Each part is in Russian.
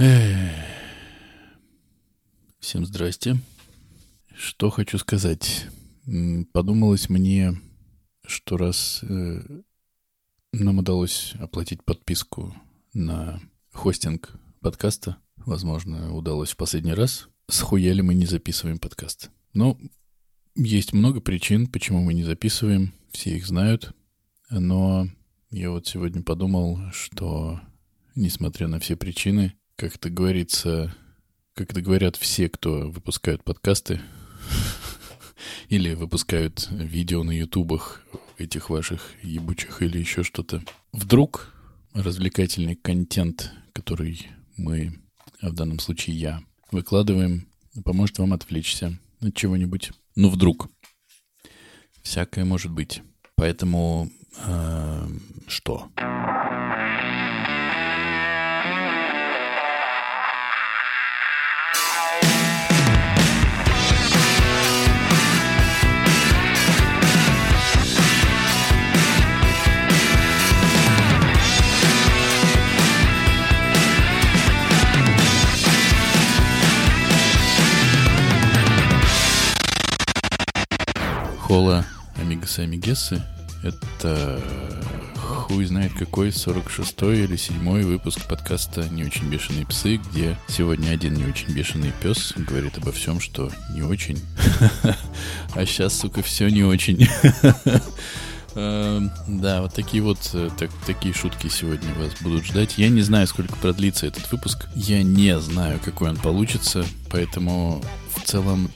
Всем здрасте. Что хочу сказать. Подумалось мне, что раз нам удалось оплатить подписку на хостинг подкаста, возможно, удалось в последний раз, схуяли мы не записываем подкаст. Ну, есть много причин, почему мы не записываем, все их знают, но я вот сегодня подумал, что, несмотря на все причины, как это говорится, как это говорят все, кто выпускают подкасты или выпускают видео на ютубах этих ваших ебучих или еще что-то, вдруг развлекательный контент, который мы, а в данном случае я, выкладываем, поможет вам отвлечься от чего-нибудь. Ну, вдруг. Всякое может быть. Поэтому что? Хола, амигасы, амигессы. Это хуй знает какой 46-й или 7-й выпуск подкаста «Не очень бешеные псы», где сегодня один не очень бешеный пес говорит обо всем, что не очень. А сейчас, сука, все не очень. Да, вот такие вот такие шутки сегодня вас будут ждать. Я не знаю, сколько продлится этот выпуск. Я не знаю, какой он получится. Поэтому в целом...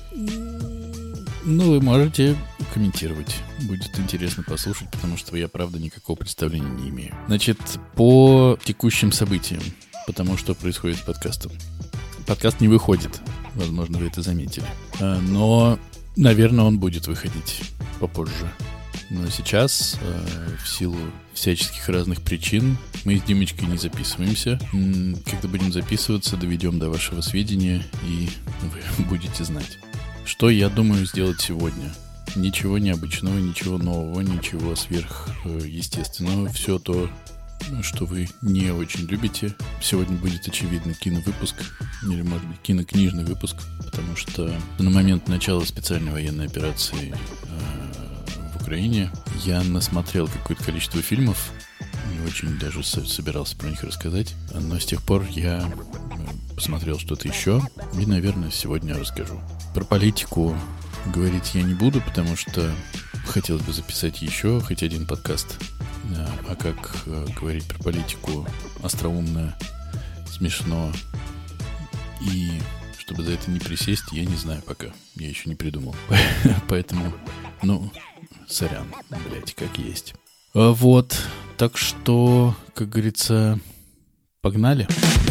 Ну, вы можете комментировать. Будет интересно послушать, потому что я, правда, никакого представления не имею. Значит, по текущим событиям, потому что происходит с подкастом. Подкаст не выходит, возможно, вы это заметили. Но, наверное, он будет выходить попозже. Но сейчас, в силу всяческих разных причин, мы с Димочкой не записываемся. Когда будем записываться, доведем до вашего сведения, и вы будете знать. Что я думаю сделать сегодня? Ничего необычного, ничего нового, ничего сверхъестественного. Все то, что вы не очень любите. Сегодня будет, очевидно, киновыпуск, или, может быть, кинокнижный выпуск, потому что на момент начала специальной военной операции в Украине я насмотрел какое-то количество фильмов, не очень даже собирался про них рассказать, но с тех пор я посмотрел что-то еще, и, наверное, сегодня расскажу. Про политику говорить я не буду, потому что хотелось бы записать еще хоть один подкаст. А как говорить про политику остроумно, смешно и чтобы за это не присесть, я не знаю пока. Я еще не придумал. Поэтому, сорян, блять, как есть. Вот, так что, как говорится, погнали.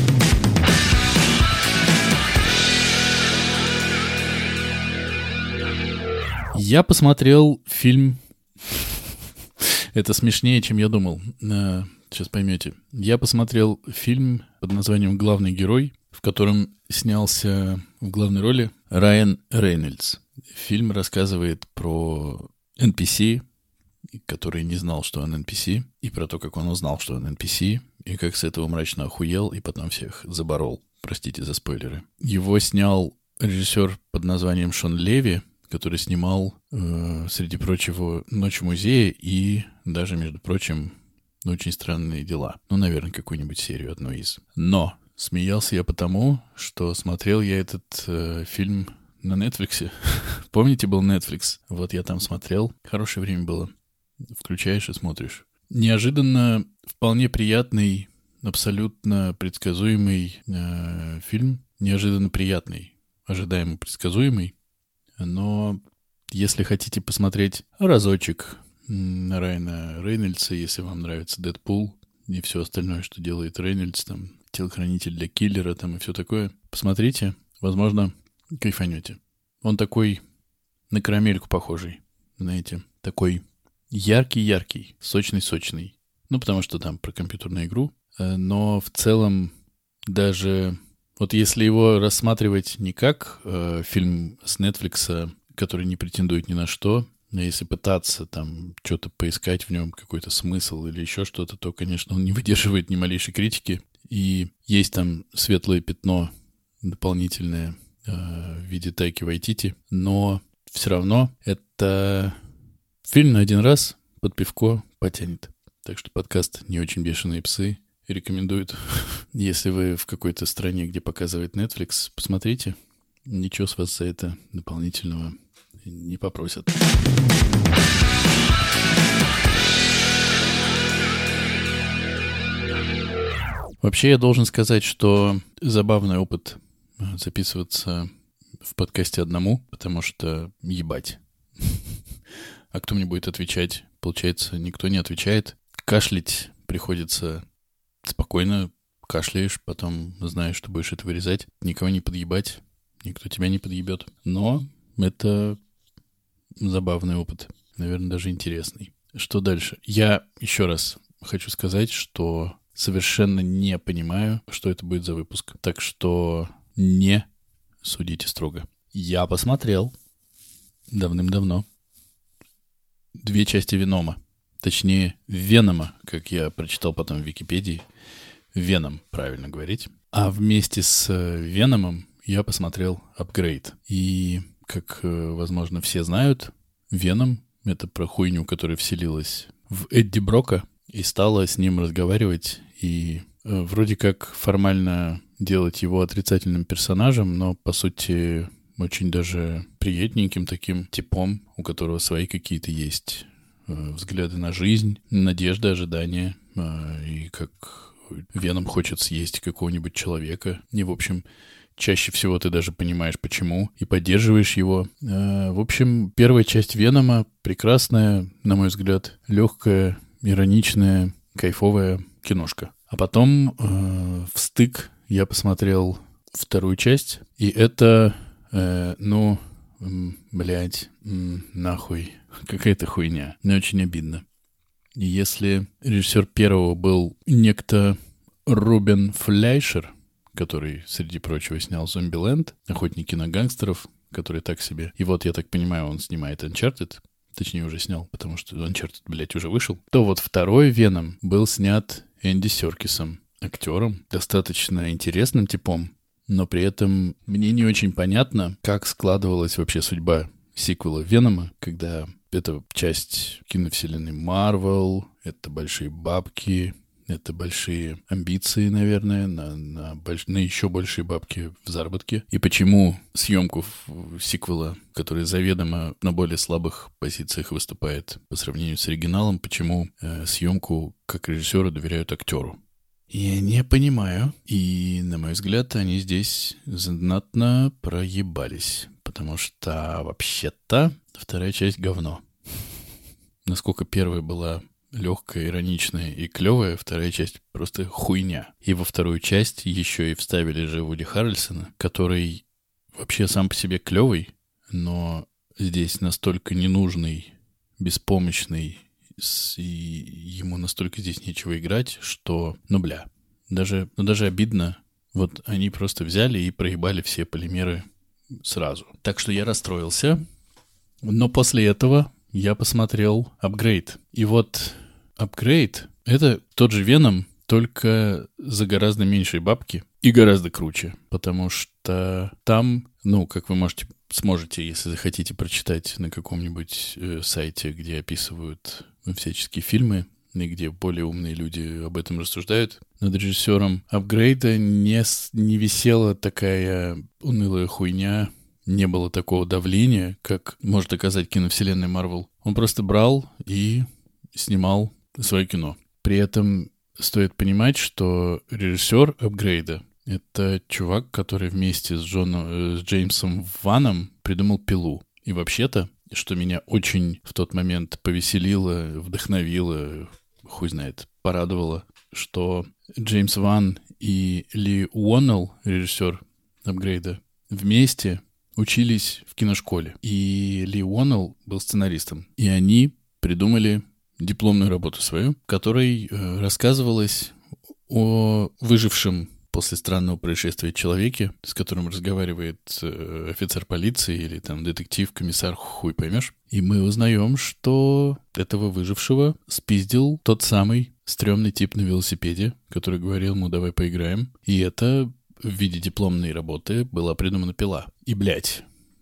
Я посмотрел фильм... Это смешнее, чем я думал. Сейчас поймете. Я посмотрел фильм под названием «Главный герой», в котором снялся в главной роли Райан Рейнольдс. Фильм рассказывает про NPC, который не знал, что он NPC, и про то, как он узнал, что он NPC, и как с этого мрачно охуел, и потом всех заборол. Простите за спойлеры. Его снял режиссер под названием Шон Леви, который снимал, среди прочего, «Ночь в музее» и даже, между прочим, «Очень странные дела». Наверное, какую-нибудь серию одну из. Но смеялся я потому, что смотрел я этот фильм на Netflix. Помните, был Netflix? Вот я там смотрел. Хорошее время было. Включаешь и смотришь. Неожиданно вполне приятный, абсолютно предсказуемый фильм. Неожиданно приятный, ожидаемо предсказуемый. Но если хотите посмотреть разочек на Райана Рейнольдса, если вам нравится Дэдпул и все остальное, что делает Рейнольдс, там, телохранитель для киллера, там, и все такое, посмотрите, возможно, кайфанете. Он такой на карамельку похожий, знаете, такой яркий-яркий, сочный-сочный. Потому что там про компьютерную игру, но в целом даже... Вот если его рассматривать не как фильм с Netflix, который не претендует ни на что, а если пытаться там что-то поискать в нем, какой-то смысл или еще что-то, то, конечно, он не выдерживает ни малейшей критики. И есть там светлое пятно дополнительное в виде Тайки Вайтити, но все равно это фильм на один раз под пивко потянет. Так что подкаст «Не очень бешеные псы» рекомендуют. Если вы в какой-то стране, где показывает Netflix, посмотрите. Ничего с вас за это дополнительного не попросят. Вообще, я должен сказать, что забавный опыт записываться в подкасте одному, потому что ебать. А кто мне будет отвечать? Получается, никто не отвечает. Кашлять приходится спокойно. Кашляешь, потом знаешь, что будешь это вырезать. Никого не подъебать, никто тебя не подъебет. Но это забавный опыт. Наверное, даже интересный. Что дальше? Я еще раз хочу сказать, что совершенно не понимаю, что это будет за выпуск. Так что не судите строго. Я посмотрел давным-давно 2 части Венома. Точнее, Венома, как я прочитал потом в Википедии. Веном, правильно говорить. А вместе с Веномом я посмотрел Апгрейд. И, как, возможно, все знают, Веном — это про хуйню, которая вселилась в Эдди Брока и стала с ним разговаривать и вроде как формально делать его отрицательным персонажем, но, по сути, очень даже приятненьким таким типом, у которого свои какие-то есть взгляды на жизнь, надежды, ожидания, и как Веном хочет съесть какого-нибудь человека. И, в общем, чаще всего ты даже понимаешь, почему, и поддерживаешь его. В общем, первая часть Венома прекрасная, на мой взгляд, легкая, ироничная, кайфовая киношка. А потом в стык я посмотрел вторую часть, и это, нахуй, какая-то хуйня. Мне очень обидно. И если режиссер первого был некто Рубен Флейшер, который, среди прочего, снял «Зомбиленд», «Охотники на гангстеров», который так себе. И вот, я так понимаю, он снимает «Uncharted», точнее, уже снял, потому что «Uncharted», блядь, уже вышел. То вот второй «Веном» был снят Энди Серкисом, актером, достаточно интересным типом, но при этом мне не очень понятно, как складывалась вообще судьба сиквела «Венома», когда это часть киновселенной Марвел, это большие бабки, это большие амбиции, наверное, на еще большие бабки в заработке. И почему съемку сиквела, который заведомо на более слабых позициях выступает по сравнению с оригиналом, почему съемку как режиссеру доверяют актеру? Я не понимаю. И, на мой взгляд, они здесь знатно проебались. Потому что, вообще-то, вторая часть — говно. Насколько первая была легкая, ироничная и клевая, вторая часть просто хуйня. И во вторую часть еще и вставили же Вуди Харрельсона, который вообще сам по себе клевый, но здесь настолько ненужный, беспомощный, и ему настолько здесь нечего играть, что, даже обидно. Вот они просто взяли и проебали все полимеры сразу. Так что я расстроился. Но после этого я посмотрел «Апгрейд». И вот «Апгрейд» — это тот же «Веном», только за гораздо меньшие бабки и гораздо круче. Потому что там, как вы сможете, если захотите, прочитать на каком-нибудь сайте, где описывают всяческие фильмы, и где более умные люди об этом рассуждают, над режиссером «Апгрейда» не висела такая унылая хуйня, не было такого давления, как может оказать киновселенная Марвел. Он просто брал и снимал свое кино. При этом стоит понимать, что режиссер «Апгрейда» — это чувак, который вместе с Джеймсом Ваном придумал «Пилу». И вообще-то, что меня очень в тот момент повеселило, вдохновило, хуй знает, порадовало, что Джеймс Ван и Ли Уоннелл, режиссер «Апгрейда», вместе учились в киношколе. И Ли Уоннелл был сценаристом. И они придумали дипломную работу свою, в которой рассказывалось о выжившем после странного происшествия человеке, с которым разговаривает офицер полиции или там детектив, комиссар, хуй поймешь. И мы узнаем, что этого выжившего спиздил тот самый стрёмный тип на велосипеде, который говорил ему «давай поиграем». И это в виде дипломной работы была придумана пила. И, блядь,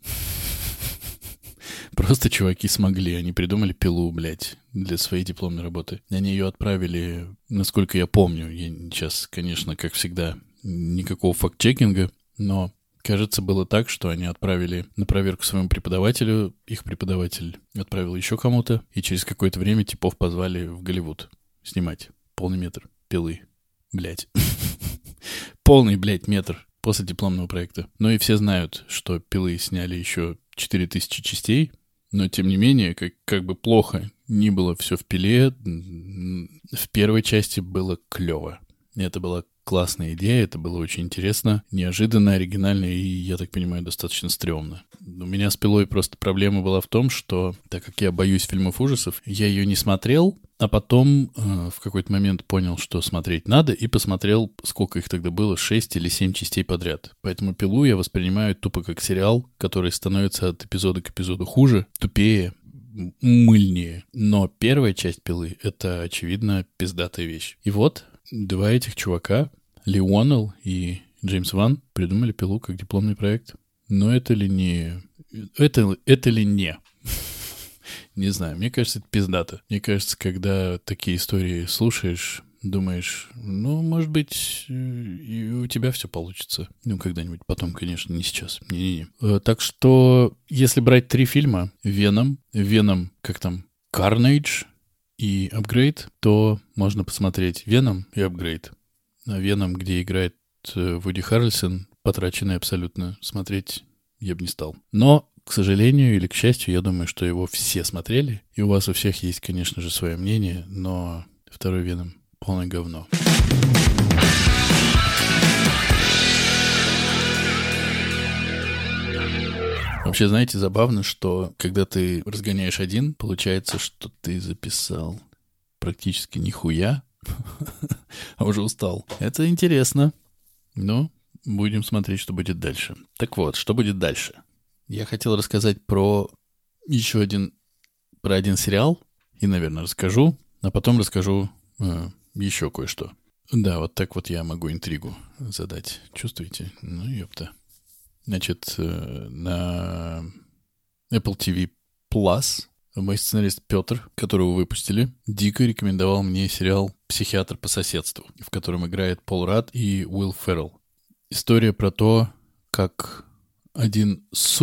просто чуваки смогли. Они придумали пилу, блядь, для своей дипломной работы. Они ее отправили, насколько я помню. Я сейчас, конечно, как всегда, никакого факт-чекинга, но кажется, было так, что они отправили на проверку своему преподавателю, их преподаватель отправил еще кому-то, и через какое-то время типов позвали в Голливуд снимать полный метр пилы. Блядь. Полный, блядь, метр после дипломного проекта. Ну и все знают, что пилы сняли еще 4000 частей, но тем не менее, как бы плохо ни было все в пиле, в первой части было клево. Это была классная идея, это было очень интересно, неожиданно, оригинально и, я так понимаю, достаточно стрёмно. У меня с пилой просто проблема была в том, что, так как я боюсь фильмов ужасов, я ее не смотрел, а потом в какой-то момент понял, что смотреть надо, и посмотрел, сколько их тогда было, 6 или 7 частей подряд. Поэтому пилу я воспринимаю тупо как сериал, который становится от эпизода к эпизоду хуже, тупее, мыльнее. Но первая часть пилы — это, очевидно, пиздатая вещь. И вот два этих чувака, Ли Уоннелл и Джеймс Ван, придумали пилу как дипломный проект. Но это ли не... Это ли не? Не знаю, мне кажется, это пиздато. Мне кажется, когда такие истории слушаешь, думаешь, ну, может быть, и у тебя все получится. Ну, когда-нибудь потом, конечно, не сейчас. Не-не-не. Так что, если брать 3 фильма, Веном, как там, Carnage и Upgrade, то можно посмотреть Веном и Upgrade. А Веном, где играет Вуди Харрельсон, потраченный абсолютно, смотреть я бы не стал. Но, к сожалению или к счастью, я думаю, что его все смотрели. И у вас у всех есть, конечно же, свое мнение, но второй Веном — полное говно. Вообще, знаете, забавно, что когда ты разгоняешь один, получается, что ты записал практически нихуя, а уже устал. Это интересно. Но будем смотреть, что будет дальше. Так вот, что будет дальше? Я хотел рассказать про один сериал, и, наверное, расскажу, а потом расскажу еще кое-что. Да, вот так вот я могу интригу задать. Чувствуете? Ну, ёпта. Значит, на Apple TV Plus мой сценарист Петр, которого выпустили, дико рекомендовал мне сериал «Психиатр по соседству», в котором играет Пол Радд и Уилл Феррелл. История про то, как один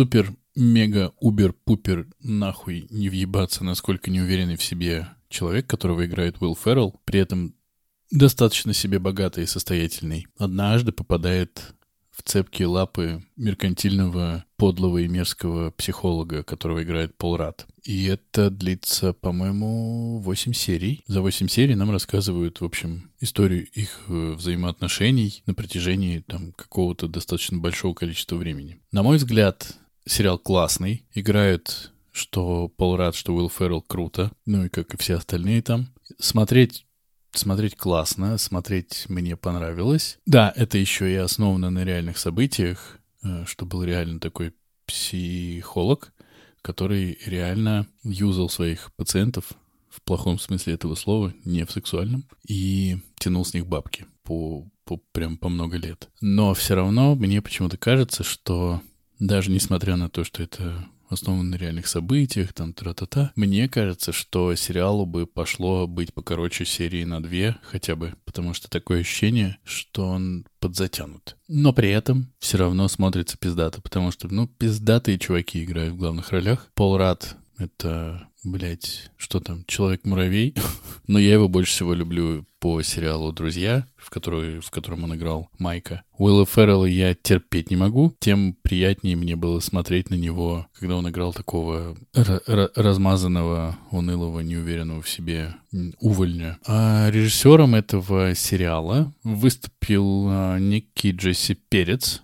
супер-мега-убер-пупер нахуй не въебаться, насколько неуверенный в себе человек, которого играет Уилл Феррелл, при этом достаточно себе богатый и состоятельный, однажды попадает в цепкие лапы меркантильного, подлого и мерзкого психолога, которого играет Пол Радд. И это длится, по-моему, 8 серий. За 8 серий нам рассказывают, в общем, историю их взаимоотношений на протяжении там какого-то достаточно большого количества времени. На мой взгляд, сериал классный. Играют что Пол Радд, что Уилл Феррелл круто. Ну и как и все остальные там. Смотреть классно, смотреть мне понравилось. Да, это еще и основано на реальных событиях, что был реально такой психолог, который реально юзал своих пациентов в плохом смысле этого слова, не в сексуальном, и тянул с них бабки прям по много лет. Но все равно мне почему-то кажется, что даже несмотря на то, что это основан на реальных событиях, там тра-та-та. Мне кажется, что сериалу бы пошло быть покороче серии на 2 хотя бы, потому что такое ощущение, что он подзатянут. Но при этом все равно смотрится пиздато, потому что, пиздатые чуваки играют в главных ролях. Пол Радд — это, блядь, что там, Человек-муравей. Но я его больше всего люблю по сериалу «Друзья», в котором он играл Майка. Уилла Феррелла я терпеть не могу. Тем приятнее мне было смотреть на него, когда он играл такого размазанного, унылого, неуверенного в себе увольня. А режиссером этого сериала выступил некий Джесси Перец,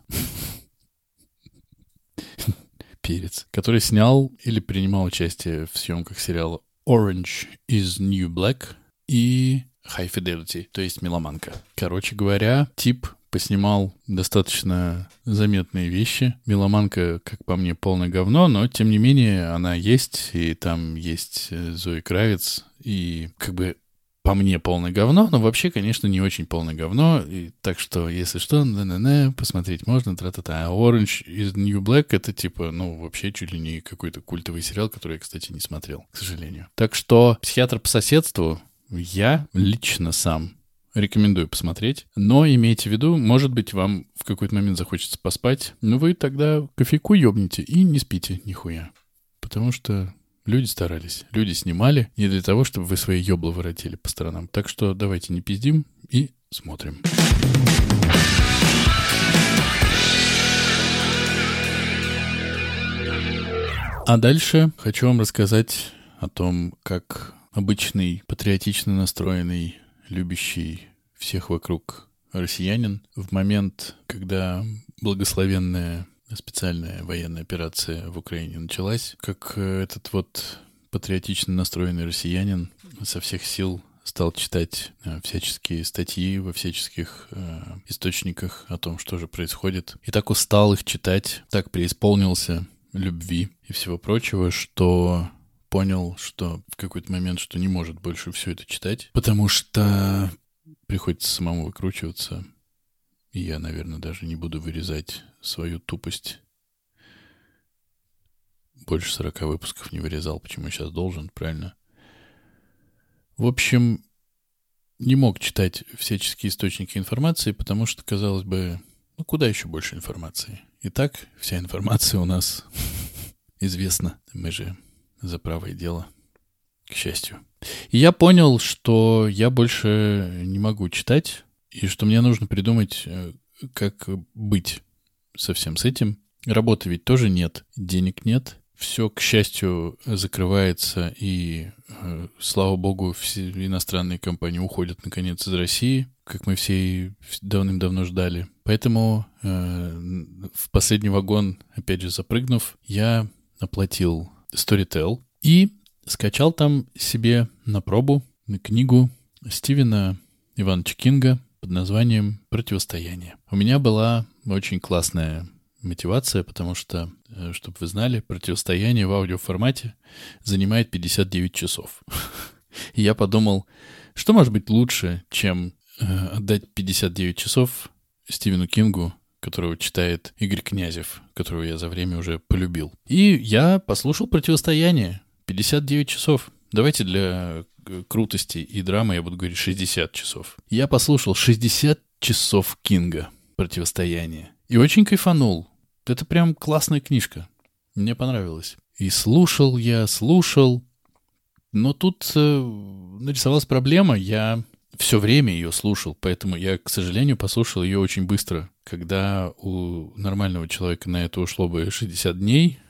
который снял или принимал участие в съемках сериала Orange is New Black и High Fidelity, то есть «Меломанка». Короче говоря, тип поснимал достаточно заметные вещи. «Меломанка», как по мне, полное говно, но, тем не менее, она есть, и там есть Зои Кравиц, и, по мне полное говно, но вообще, конечно, не очень полное говно. И так что, если что, посмотреть можно, тра-та-та. А Orange is the New Black — это типа, вообще чуть ли не какой-то культовый сериал, который я, кстати, не смотрел, к сожалению. Так что «Психиатр по соседству» я лично сам рекомендую посмотреть. Но имейте в виду, может быть, вам в какой-то момент захочется поспать, но вы тогда кофейку ёбните и не спите нихуя. Потому что люди старались, люди снимали не для того, чтобы вы свои ёбла воротили по сторонам. Так что давайте не пиздим и смотрим. А дальше хочу вам рассказать о том, как обычный патриотично настроенный, любящий всех вокруг россиянин в момент, когда благословенная специальная военная операция в Украине началась, как этот вот патриотично настроенный россиянин со всех сил стал читать всяческие статьи во всяческих источниках о том, что же происходит. И так устал их читать, так преисполнился любви и всего прочего, что понял, что в какой-то момент, что не может больше все это читать, потому что приходится самому выкручиваться. И я, наверное, даже не буду вырезать свою тупость. Больше 40 выпусков не вырезал, почему я сейчас должен, правильно? В общем, не мог читать всяческие источники информации, потому что, казалось бы, куда еще больше информации? Итак, вся информация у нас известна. Мы же за правое дело, к счастью. И я понял, что я больше не могу читать, и что мне нужно придумать, как быть со всем с этим. Работы ведь тоже нет, денег нет. Все, к счастью, закрывается, и, слава богу, все иностранные компании уходят, наконец, из России, как мы все и давным-давно ждали. Поэтому в последний вагон, опять же, запрыгнув, я оплатил Storytel и скачал там себе на пробу книгу Стивена Ивановича Кинга под названием «Противостояние». У меня была очень классная мотивация, потому что, чтобы вы знали, «Противостояние» в аудиоформате занимает 59 часов. И я подумал, что может быть лучше, чем отдать 59 часов Стивену Кингу, которого читает Игорь Князев, которого я за время уже полюбил. И я послушал «Противостояние». 59 часов. Давайте для крутости и драмы я буду говорить 60 часов. Я послушал 60 часов Кинга «Противостояние». И очень кайфанул. Это прям классная книжка. Мне понравилось. И слушал, но тут нарисовалась проблема. Я все время ее слушал, поэтому я, к сожалению, послушал ее очень быстро. Когда у нормального человека на это ушло бы 60 дней,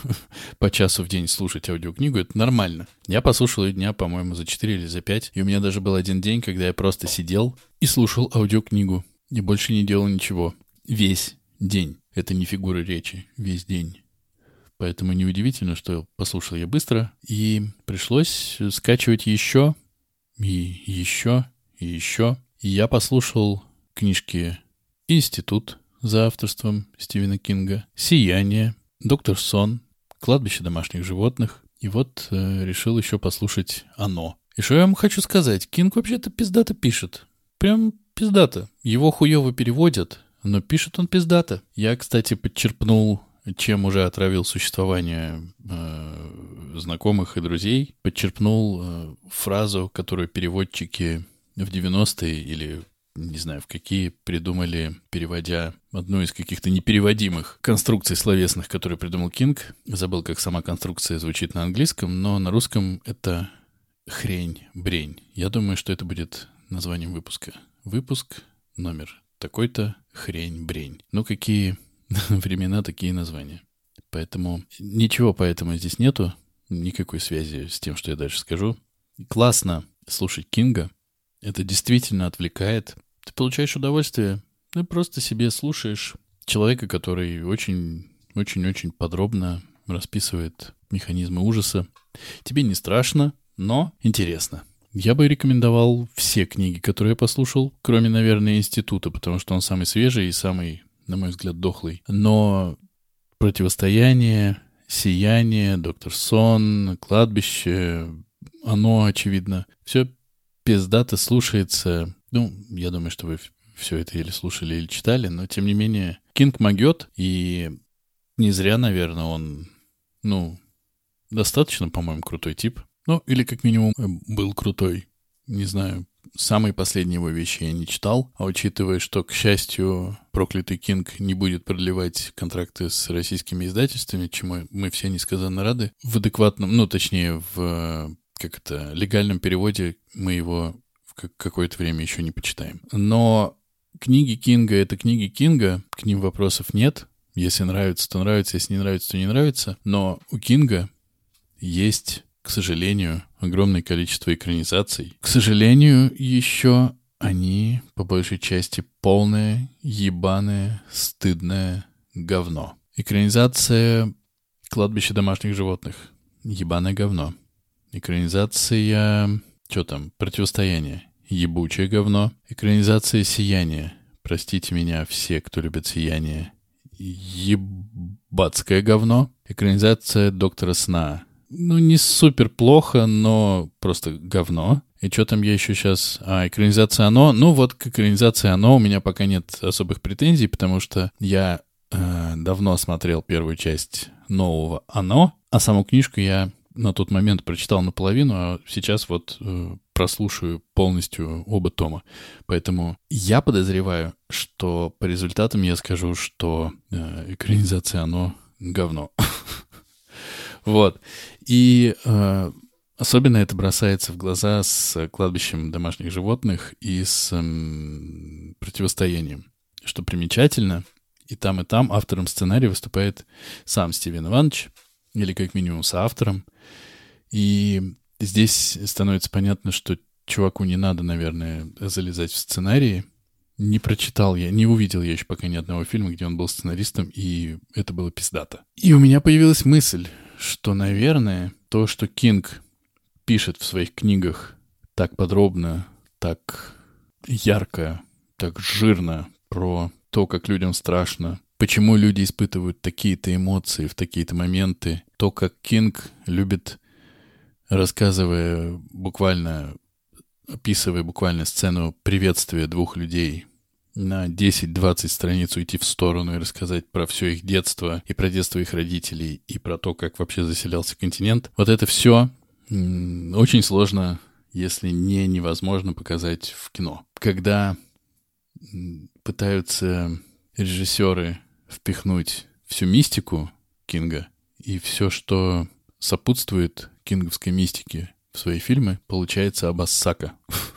по часу в день слушать аудиокнигу, это нормально. Я послушал ее дня, по-моему, за 4 или за 5. И у меня даже был один день, когда я просто сидел и слушал аудиокнигу. И больше не делал ничего. Весь день. Это не фигура речи. Весь день. Поэтому неудивительно, что послушал я быстро. И пришлось скачивать еще, и еще, и еще. И я послушал книжки «Институт» за авторством Стивена Кинга, «Сияние», «Доктор Сон», «Кладбище домашних животных». И вот решил еще послушать «Оно». И что я вам хочу сказать? Кинг вообще-то пиздато пишет. Прям пиздато. Его хуёво переводят, но пишет он пиздато. Я, кстати, подчерпнул, чем уже отравил существование знакомых и друзей, подчерпнул фразу, которую переводчики в 90-е или не знаю, в какие придумали, переводя одну из каких-то непереводимых конструкций словесных, которые придумал Кинг. Забыл, как сама конструкция звучит на английском, но на русском это хрень-брень. Я думаю, что это будет названием выпуска. Выпуск номер такой-то, хрень-брень. Ну, какие времена, такие названия. Поэтому ничего поэтому здесь нету, никакой связи с тем, что я дальше скажу. Классно слушать Кинга. Это действительно отвлекает. Ты получаешь удовольствие. Ты просто себе слушаешь человека, который очень-очень-очень подробно расписывает механизмы ужаса. Тебе не страшно, но интересно. Я бы рекомендовал все книги, которые я послушал, кроме, наверное, «Института», потому что он самый свежий и самый, на мой взгляд, дохлый. Но «Противостояние», «Сияние», «Доктор Сон», «Кладбище», «Оно», очевидно, все пиздато слушается. Ну, я думаю, что вы все это или слушали, или читали, но, тем не менее, Кинг могет, и не зря, наверное, он, достаточно, по-моему, крутой тип. Ну, или как минимум был крутой. Не знаю, самые последние его вещи я не читал, а учитывая, что, к счастью, проклятый Кинг не будет продлевать контракты с российскими издательствами, чему мы все несказанно рады, в адекватном, точнее, в легальном переводе мы его какое-то время еще не почитаем. Но книги Кинга — это книги Кинга, к ним вопросов нет. Если нравится, то нравится, если не нравится, то не нравится. Но у Кинга есть, к сожалению, огромное количество экранизаций. К сожалению, еще они, по большей части, полное, ебаное, стыдное говно. Экранизация «Кладбище домашних животных» — ебаное говно. Экранизация... «Противостояние» — ебучее говно. Экранизация «Сияние». Простите меня, все, кто любит «Сияние». Ебацкое говно. Экранизация «Доктора Сна». Не супер плохо, но просто говно. И что там я еще сейчас... экранизация «Оно». К экранизации «Оно» у меня пока нет особых претензий, потому что я давно смотрел первую часть нового «Оно», а саму книжку я на тот момент прочитал наполовину, а сейчас прослушаю полностью оба тома. Поэтому я подозреваю, что по результатам я скажу, что экранизация «Оно» говно. Вот. И особенно это бросается в глаза с «Кладбищем домашних животных» и с «Противостоянием». Что примечательно, и там автором сценария выступает сам Стивен Иванович, или как минимум соавтором. И здесь становится понятно, что чуваку не надо, наверное, залезать в сценарии. Не прочитал я, не увидел я еще пока ни одного фильма, где он был сценаристом, и это было пиздато. И у меня появилась мысль, что, наверное, то, что Кинг пишет в своих книгах так подробно, так ярко, так жирно про то, как людям страшно, почему люди испытывают такие-то эмоции в такие-то моменты, то, как Кинг любит, описывая буквально сцену приветствия двух людей, на 10-20 страниц уйти в сторону и рассказать про все их детство, и про детство их родителей, и про то, как вообще заселялся континент. Вот это все очень сложно, если не невозможно показать в кино. Когда пытаются режиссеры впихнуть всю мистику Кинга и все, что сопутствует кинговской мистике в свои фильмы, получается обоссака.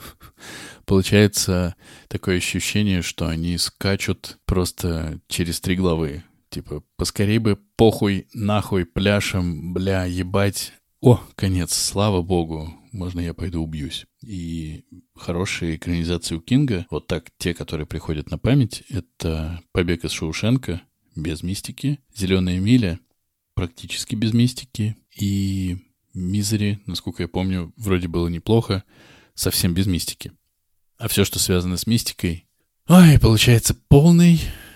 Получается такое ощущение, что они скачут просто через 3 главы. Типа, поскорей бы, похуй, нахуй, пляшем, бля, ебать. О, конец, слава богу, можно я пойду убьюсь. И хорошие экранизации у Кинга, вот так, те, которые приходят на память, это «Побег из Шоушенка» без мистики, «Зеленая миля» практически без мистики, и «Мизери», насколько я помню, вроде было неплохо, совсем без мистики. А все, что связано с мистикой, получается полной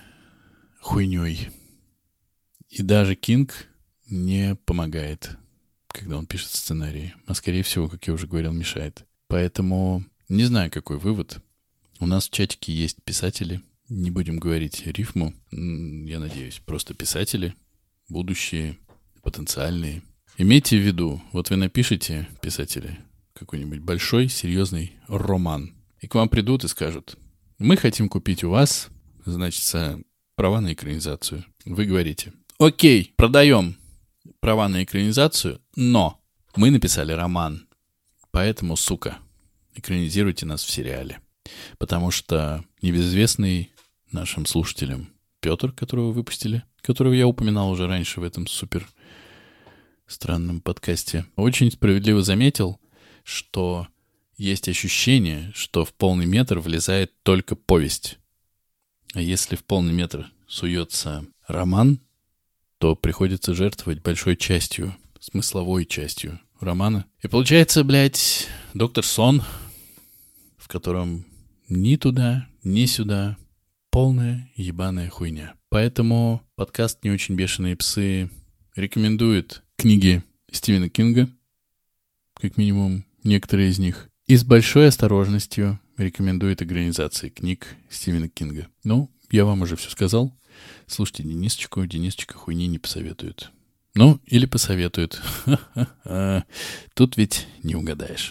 хуйней. И даже Кинг не помогает, когда он пишет сценарии. А скорее всего, как я уже говорил, мешает. Поэтому не знаю, какой вывод. У нас в чатике есть писатели. Не будем говорить рифму. Я надеюсь, просто писатели. Будущие, потенциальные. Имейте в виду, вот вы напишите, писатели, какой-нибудь большой, серьезный роман. И к вам придут и скажут: мы хотим купить у вас, значит, права на экранизацию. Вы говорите: окей, продаем права на экранизацию, но мы написали роман, поэтому, сука, экранизируйте нас в сериале. Потому что небезызвестный нашим слушателям Петр, которого выпустили, которого я упоминал уже раньше в этом супер странном подкасте, очень справедливо заметил, что есть ощущение, что в полный метр влезает только повесть. А если в полный метр суется роман, то приходится жертвовать большой частью, смысловой частью романа. И получается, блядь, «Доктор Сон», в котором ни туда, ни сюда, полная ебаная хуйня. Поэтому подкаст «Не очень бешеные псы» рекомендует книги Стивена Кинга, как минимум некоторые из них. И с большой осторожностью рекомендует экранизации книг Стивена Кинга. Ну, я вам уже все сказал. Слушайте Денисочку. Денисочка хуйни не посоветует. Ну, или посоветует. Тут ведь не угадаешь.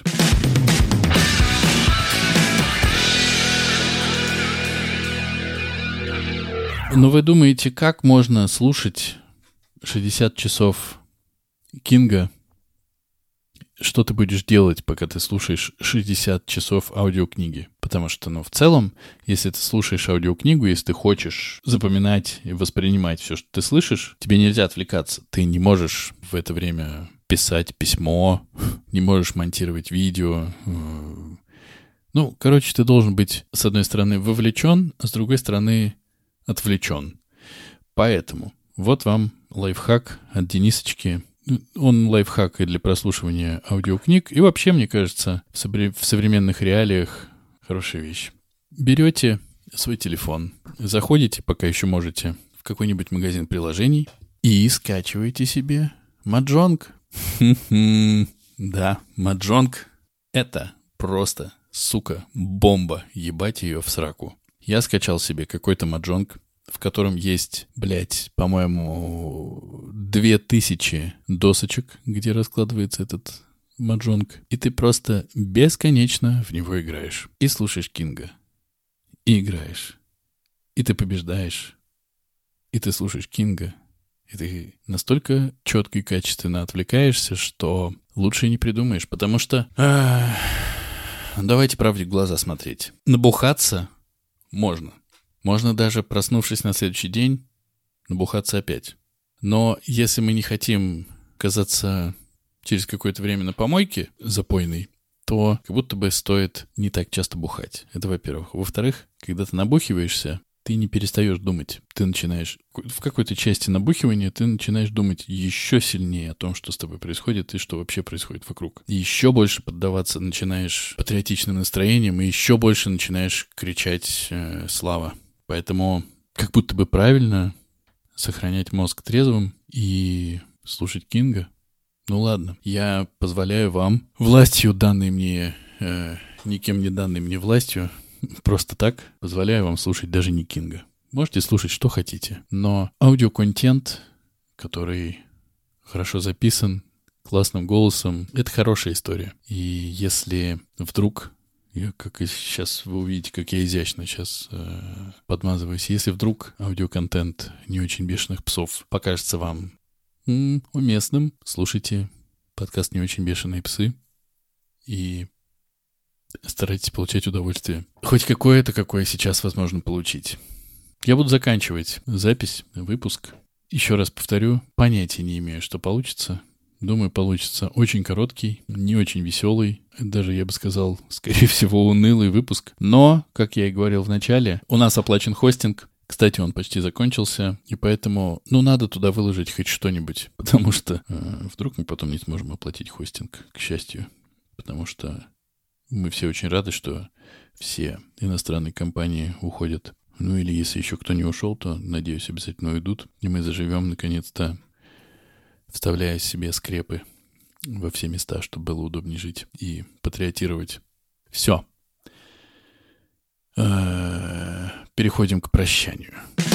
Но вы думаете, как можно слушать 60 часов Кинга? Что ты будешь делать, пока ты слушаешь 60 часов аудиокниги? Потому что, в целом, если ты слушаешь аудиокнигу, если ты хочешь запоминать и воспринимать все, что ты слышишь, тебе нельзя отвлекаться. Ты не можешь в это время писать письмо, не можешь монтировать видео. Ты должен быть, с одной стороны, вовлечен, а с другой стороны, отвлечен. Поэтому вот вам лайфхак от Денисочки. Он лайфхак и для прослушивания аудиокниг. И вообще, мне кажется, в современных реалиях хорошая вещь. Берете свой телефон, заходите, пока еще можете, в какой-нибудь магазин приложений и скачиваете себе Маджонг. Да, Маджонг — это просто, сука, бомба. Ебать ее в сраку. Я скачал себе какой-то Маджонг, в котором есть, по-моему, 2000 досочек, где раскладывается этот маджонг. И ты просто бесконечно в него играешь. И слушаешь Кинга. И играешь. И ты побеждаешь. И ты слушаешь Кинга. И ты настолько четко и качественно отвлекаешься, что лучше не придумаешь. Потому что... давайте правде в глаза смотреть. Набухаться можно. Можно даже, проснувшись на следующий день, набухаться опять. Но если мы не хотим оказаться через какое-то время на помойке запойной, то как будто бы стоит не так часто бухать. Это во-первых. Во-вторых, когда ты набухиваешься, ты не перестаешь думать. Ты начинаешь... В какой-то части набухивания ты начинаешь думать еще сильнее о том, что с тобой происходит и что вообще происходит вокруг. И еще больше поддаваться начинаешь патриотичным настроением и еще больше начинаешь кричать «Слава!». Поэтому как будто бы правильно сохранять мозг трезвым и слушать Кинга. Ну ладно, я позволяю вам, властью данной мне, никем не данной мне властью, просто так позволяю вам слушать даже не Кинга. Можете слушать, что хотите, но аудиоконтент, который хорошо записан, классным голосом, это хорошая история. И если вдруг... Как и сейчас вы увидите, как я изящно сейчас подмазываюсь. Если вдруг аудиоконтент не очень бешеных псов покажется вам уместным, слушайте подкаст «Не очень бешеные псы» и старайтесь получать удовольствие. Хоть какое-то, какое сейчас возможно получить. Я буду заканчивать запись, выпуск. Еще раз повторю, понятия не имею, что получится. Думаю, получится очень короткий, не очень веселый, даже, я бы сказал, скорее всего, унылый выпуск. Но, как я и говорил в начале, у нас оплачен хостинг. Кстати, он почти закончился, и поэтому, надо туда выложить хоть что-нибудь, потому что вдруг мы потом не сможем оплатить хостинг, к счастью. Потому что мы все очень рады, что все иностранные компании уходят. Или если еще кто не ушел, то, надеюсь, обязательно уйдут, и мы заживем, наконец-то, вставляя себе скрепы во все места, чтобы было удобнее жить и патриотировать. Все. Переходим к прощанию.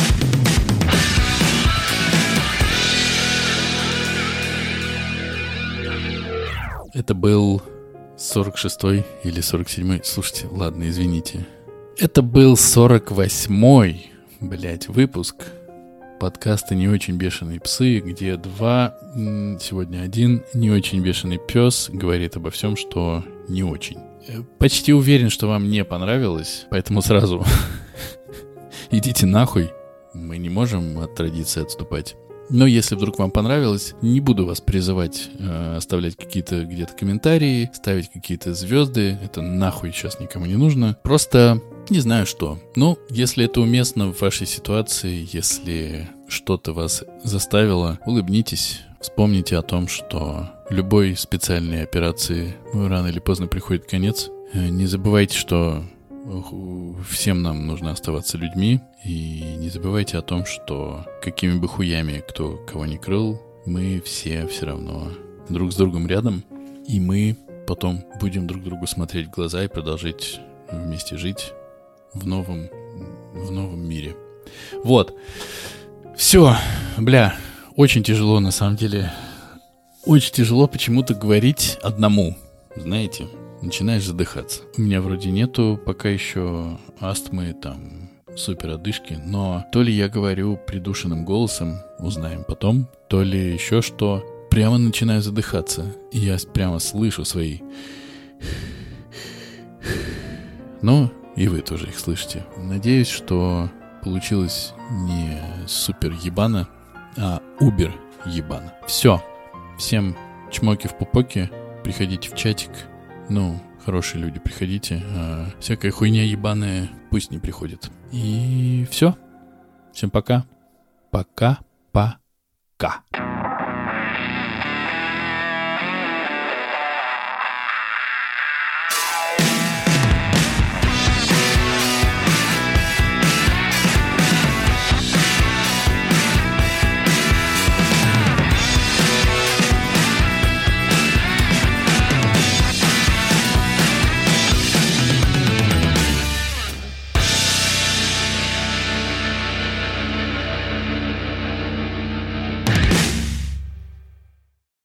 Это был 46-й или 47-й. Слушайте, ладно, извините. Это был 48-й, выпуск подкаста «Не очень бешеные псы», где сегодня один не очень бешеный пес говорит обо всем, что не очень. Почти уверен, что вам не понравилось, поэтому сразу идите нахуй. Мы не можем от традиции отступать. Но если вдруг вам понравилось, не буду вас призывать оставлять какие-то где-то комментарии, ставить какие-то звезды. Это нахуй сейчас никому не нужно. Просто не знаю что. Если это уместно в вашей ситуации, если что-то вас заставило, улыбнитесь. Вспомните о том, что любой специальной операции рано или поздно приходит конец. Не забывайте, что всем нам нужно оставаться людьми. И не забывайте о том, что какими бы хуями кто кого ни крыл, мы все равно друг с другом рядом. И мы потом будем друг другу смотреть в глаза и продолжать вместе жить в новом мире. Вот. Все. Бля, очень тяжело на самом деле. Очень тяжело почему-то говорить одному. Знаете, начинаешь задыхаться. У меня вроде нету пока еще астмы, там, супер одышки, но то ли я говорю придушенным голосом, узнаем потом, то ли еще что, прямо начинаю задыхаться. И я прямо слышу свои... Ну, и вы тоже их слышите. Надеюсь, что получилось не супер ебано, а убер ебано. Все. Всем чмоки в пупоке. Приходите в чатик. Ну, хорошие люди, приходите. А всякая хуйня ебаная пусть не приходит. И все. Всем пока. Пока-пока.